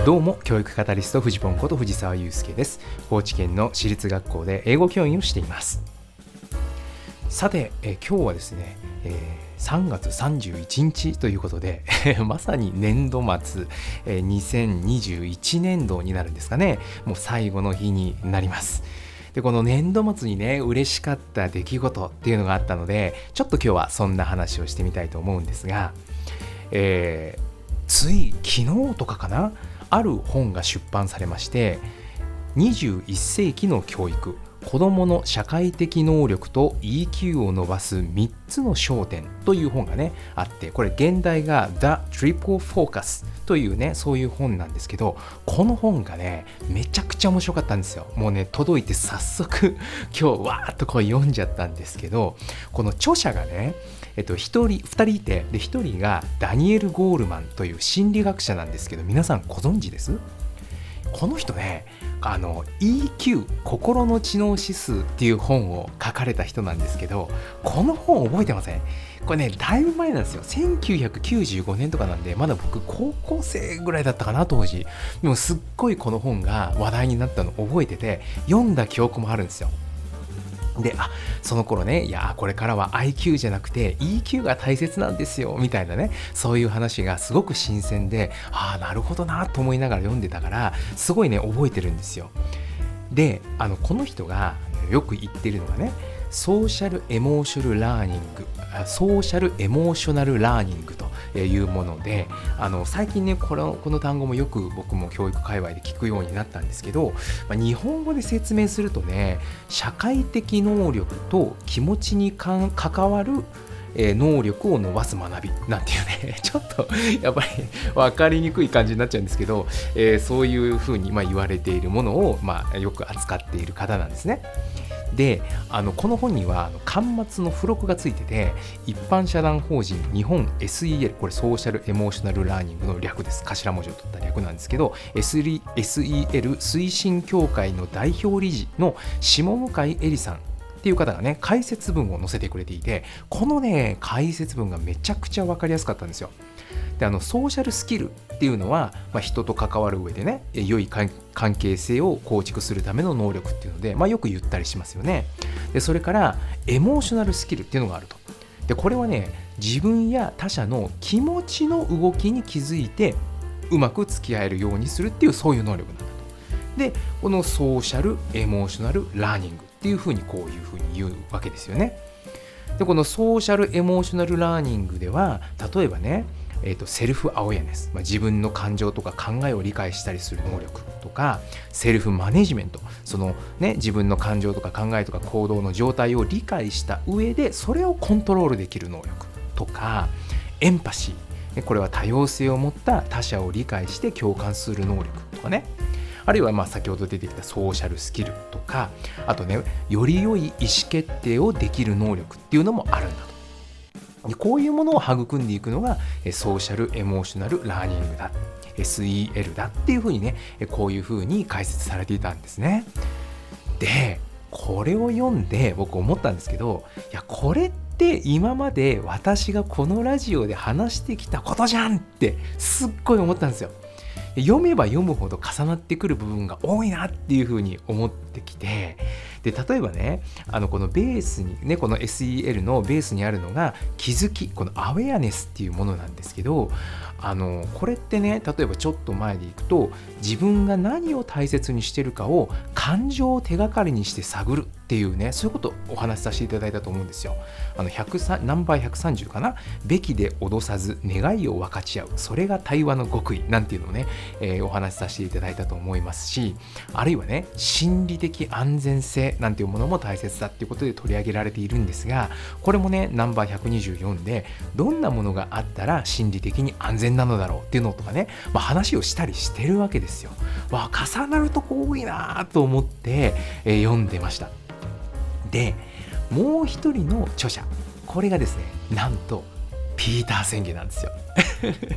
どうも、教育カタリストフジポンこと藤沢祐介です。高知県の私立学校で英語教員をしています。さて、今日はですね、3月31日ということでまさに年度末、2021年度になるんですかね。もう最後の日になります。で、この年度末にね、嬉しかった出来事っていうのがあったので、ちょっと今日はそんな話をしてみたいと思うんですが、つい昨日とかかな、ある本が出版されまして、21世紀の教育、子どもの社会的能力と EQ を伸ばす3つの焦点という本がねあって、これ現代が The Triple Focus というね、そういう本なんですけど、この本がねめちゃくちゃ面白かったんですよ。もうね、届いて早速今日わーっとこう読んじゃったんですけど、この著者がね2人いて、で1人がダニエル・ゴールマンという心理学者なんですけど、皆さんご存知です？この人ね、EQ 心の知能指数っていう本を書かれた人なんですけど、この本覚えてません？これね、だいぶ前なんですよ。1995年とかなんで、まだ僕高校生ぐらいだったかな、当時。でもすっごいこの本が話題になったのを覚えてて、読んだ記憶もあるんですよ。で、その頃ね、いやこれからは IQ じゃなくて EQ が大切なんですよみたいなね、そういう話がすごく新鮮で、なるほどなと思いながら読んでたから、すごいね覚えてるんですよ。で、この人がよく言ってるのがね、ソーシャルエモーショナルラーニング、ソーシャルエモーショナルラーニングというもので、最近ねこの単語もよく僕も教育界隈で聞くようになったんですけど、日本語で説明するとね、社会的能力と気持ちに関わる能力を伸ばす学びなんていうね、ちょっとやっぱり分かりにくい感じになっちゃうんですけど、そういうふうに言われているものをよく扱っている方なんですね。で、この本には巻末の付録がついてて、一般社団法人日本 SEL、 これソーシャルエモーショナルラーニングの略です。頭文字を取った略なんですけど、 SEL 推進協会の代表理事の下向恵里さんっていう方がね、解説文を載せてくれていて、このね解説文がめちゃくちゃ分かりやすかったんですよ。で、ソーシャルスキルっていうのは、人と関わる上でね、良い関係性を構築するための能力っていうので、よく言ったりしますよね。で、それからエモーショナルスキルっていうのがあると。で、これはね、自分や他者の気持ちの動きに気づいてうまく付き合えるようにするっていう、そういう能力なんだと。で、このソーシャルエモーショナルラーニングっていうふうにこういうふうに言うわけですよね。で、このソーシャルエモーショナルラーニングでは、例えばね、セルフアウェアネス、自分の感情とか考えを理解したりする能力とか、セルフマネジメント、そのね、自分の感情とか考えとか行動の状態を理解した上でそれをコントロールできる能力とか、エンパシー、これは多様性を持った他者を理解して共感する能力とかね、あるいは先ほど出てきたソーシャルスキルとか、あとね、より良い意思決定をできる能力っていうのもあるんだと。で、こういうものを育んでいくのがソーシャルエモーショナルラーニングだ、 SEL だっていうふうにね、こういうふうに解説されていたんですね。で、これを読んで僕思ったんですけど、いや、これって今まで私がこのラジオで話してきたことじゃんってすっごい思ったんですよ。読めば読むほど重なってくる部分が多いなっていうふうに思ってきて、で、例えばね、このベースにね、この SEL のベースにあるのが気づき、このアウェアネスっていうものなんですけど、これってね、例えばちょっと前でいくと、自分が何を大切にしてるかを感情を手がかりにして探るっていうね、そういうことをお話しさせていただいたと思うんですよ。ナンバー130かな、べきで脅さず願いを分かち合う、それが対話の極意なんていうのをね、お話しさせていただいたと思いますし、あるいはね、心理的安全性なんていうものも大切だっていうことで取り上げられているんですが、これもね、ナンバー124で、どんなものがあったら心理的に安全なのだろうっていうのとかね、話をしたりしてるわけですよ。重なるとこ多いなと思って、読んでました。で、もう一人の著者、これがですね、なんとピーター・センゲなんですよ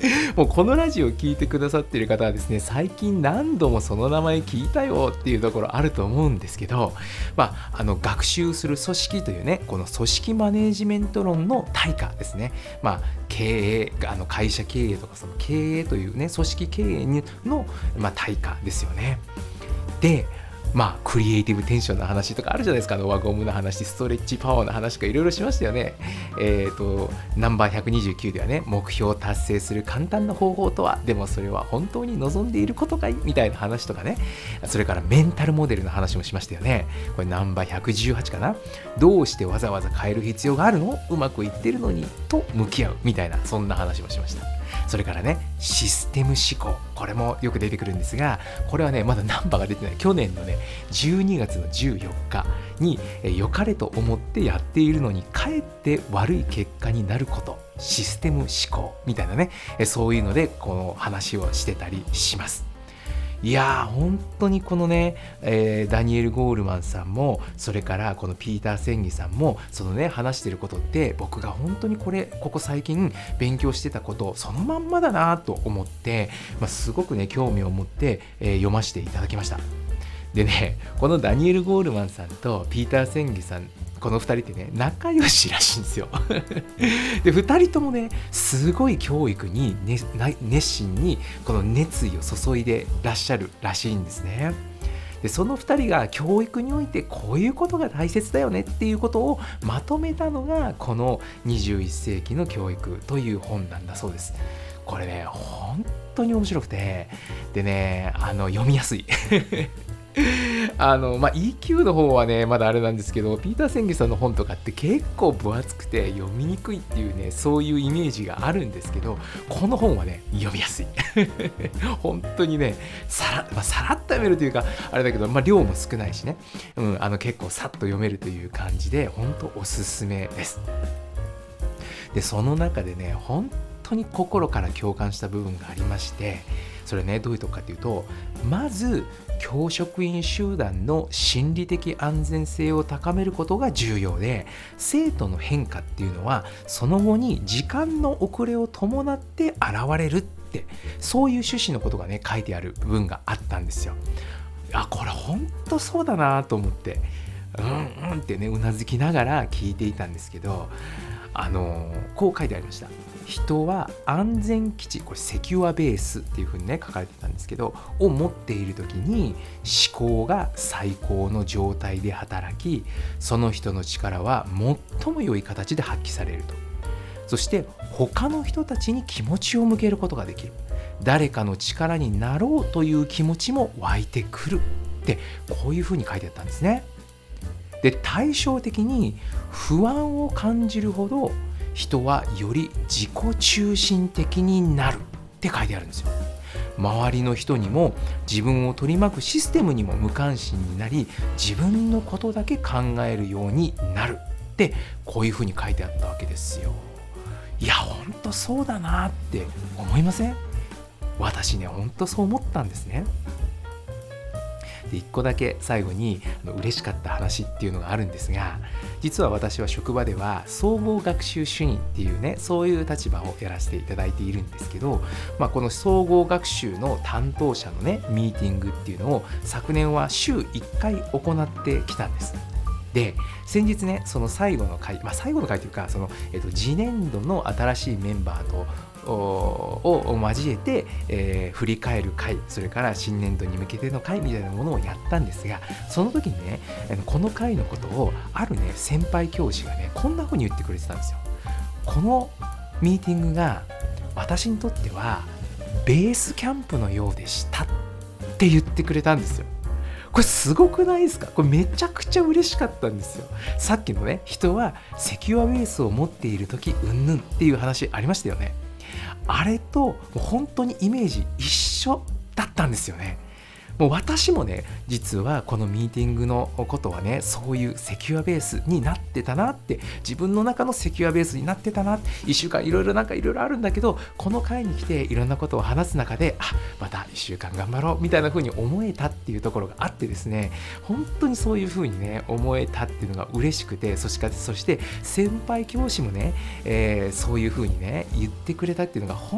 もうこのラジオを聞いてくださっている方はですね、最近何度もその名前聞いたよっていうところあると思うんですけど、学習する組織というね、この組織マネージメント論の対価ですね。経営、会社経営とかその経営というね、組織経営の、対価ですよね。で、クリエイティブテンションの話とかあるじゃないですか。輪ゴムの話、ストレッチパワーの話とかいろいろしましたよね。ナンバー129ではね、目標を達成する簡単な方法とは、でもそれは本当に望んでいることかいみたいな話とかね。それからメンタルモデルの話もしましたよね。これナンバー118かな。どうしてわざわざ変える必要があるの？うまくいってるのにと向き合うみたいな、そんな話もしました。それからね、システム思考、これもよく出てくるんですが、これはね、まだナンバーが出てない。去年のね、12月の14日に良かれと思ってやっているのにかえって悪い結果になること、システム思考みたいなね、そういうのでこの話をしてたりします。いやー、本当にこのね、ダニエル・ゴールマンさんも、それからこのピーター・センギさんも、そのね、話してることって、僕が本当にここ最近勉強してたことをそのまんまだなと思って、すごくね、興味を持って、読ませていただきました。でね、このダニエル・ゴールマンさんとピーター・センギさん、この2人ってね、仲良しらしいんですよ。で、2人ともね、すごい教育に、熱心にこの熱意を注いでらっしゃるらしいんですね。で、その2人が教育においてこういうことが大切だよねっていうことをまとめたのが、この21世紀の教育という本なんだそうです。これね、本当に面白くて、でね、読みやすい。EQ の方はね、まだあれなんですけど、ピーター・センギさんの本とかって結構分厚くて読みにくいっていうね、そういうイメージがあるんですけど、この本はね、読みやすい。本当にね、さらっと読めるというか、あれだけど、量も少ないしね、結構さっと読めるという感じで、本当おすすめです。で、その中でね、本当に心から共感した部分がありまして、それね、どういうとこかというと、まず教職員集団の心理的安全性を高めることが重要で、生徒の変化っていうのはその後に時間の遅れを伴って現れるって、そういう趣旨のことがね、書いてある部分があったんですよ。これ本当そうだなと思って、ってね、うなずきながら聞いていたんですけど、こう書いてありました。人は安全基地、これセキュアベースっていう風にね、書かれてたんですけど、を持っている時に思考が最高の状態で働き、その人の力は最も良い形で発揮されると。そして他の人たちに気持ちを向けることができる。誰かの力になろうという気持ちも湧いてくるって、こういう風に書いてあったんですね。で、対照的に不安を感じるほど人はより自己中心的になるって書いてあるんですよ。周りの人にも自分を取り巻くシステムにも無関心になり、自分のことだけ考えるようになるって、こういうふうに書いてあったわけですよ。いや、ほんとそうだなって思いません？私ね、ほんとそう思ったんですね。で、1個だけ最後に嬉しかった話っていうのがあるんですが、実は私は職場では総合学習主任っていうね、そういう立場をやらせていただいているんですけど、この総合学習の担当者のね、ミーティングっていうのを昨年は週1回行ってきたんです。で、先日ね、その最後の回、最後の回というか、次年度の新しいメンバーとを交えて、振り返る会、それから新年度に向けての会みたいなものをやったんですが、その時にね、この会のことをあるね、先輩教師がね、こんな風に言ってくれてたんですよ。このミーティングが私にとってはベースキャンプのようでしたって言ってくれたんですよ。これすごくないですか？これめちゃくちゃ嬉しかったんですよ。さっきのね、人はセキュアベースを持っている時うんぬんっていう話ありましたよね。あれと本当にイメージ一緒だったんですよね。もう私もね、実はこのミーティングのことはね、そういうセキュアベースになってたなって、自分の中のセキュアベースになってたな、1週間いろいろあるんだけど、この会に来ていろんなことを話す中で、また1週間頑張ろうみたいな風に思えたっていうところがあってですね、本当にそういう風にね、思えたっていうのが嬉しくて、そして先輩教師もね、そういう風にね、言ってくれたっていうのが本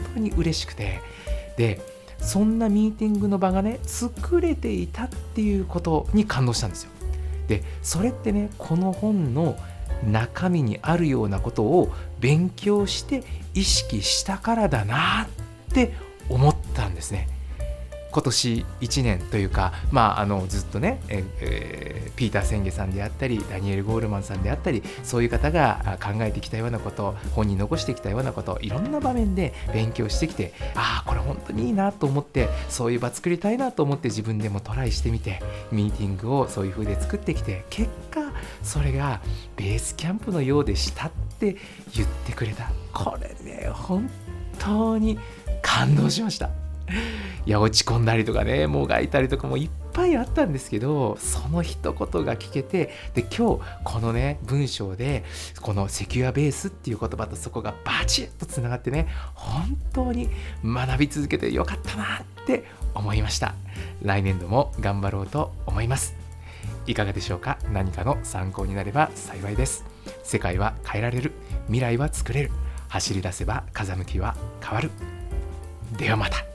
当に嬉しくて、でそんなミーティングの場がね作れていたっていうことに感動したんですよ。でそれってね、この本の中身にあるようなことを勉強して意識したからだなって思ったんですね。今年1年というか、ずっとね、ピーター・センゲさんであったりダニエル・ゴールマンさんであったり、そういう方が考えてきたようなこと、本に残してきたようなこと、いろんな場面で勉強してきて、これ本当にいいなと思って、そういう場作りたいなと思って自分でもトライしてみて、ミーティングをそういう風で作ってきて、結果それがベースキャンプのようでしたって言ってくれた。これね、本当に感動しました。いや、落ち込んだりとかね、もがいたりとかもいっぱいあったんですけど、その一言が聞けて、で今日このね文章でこのセキュアベースっていう言葉とそこがバチッとつながってね、本当に学び続けてよかったなって思いました。来年度も頑張ろうと思います。いかがでしょうか。何かの参考になれば幸いです。世界は変えられる、未来は作れる、走り出せば風向きは変わる。ではまた。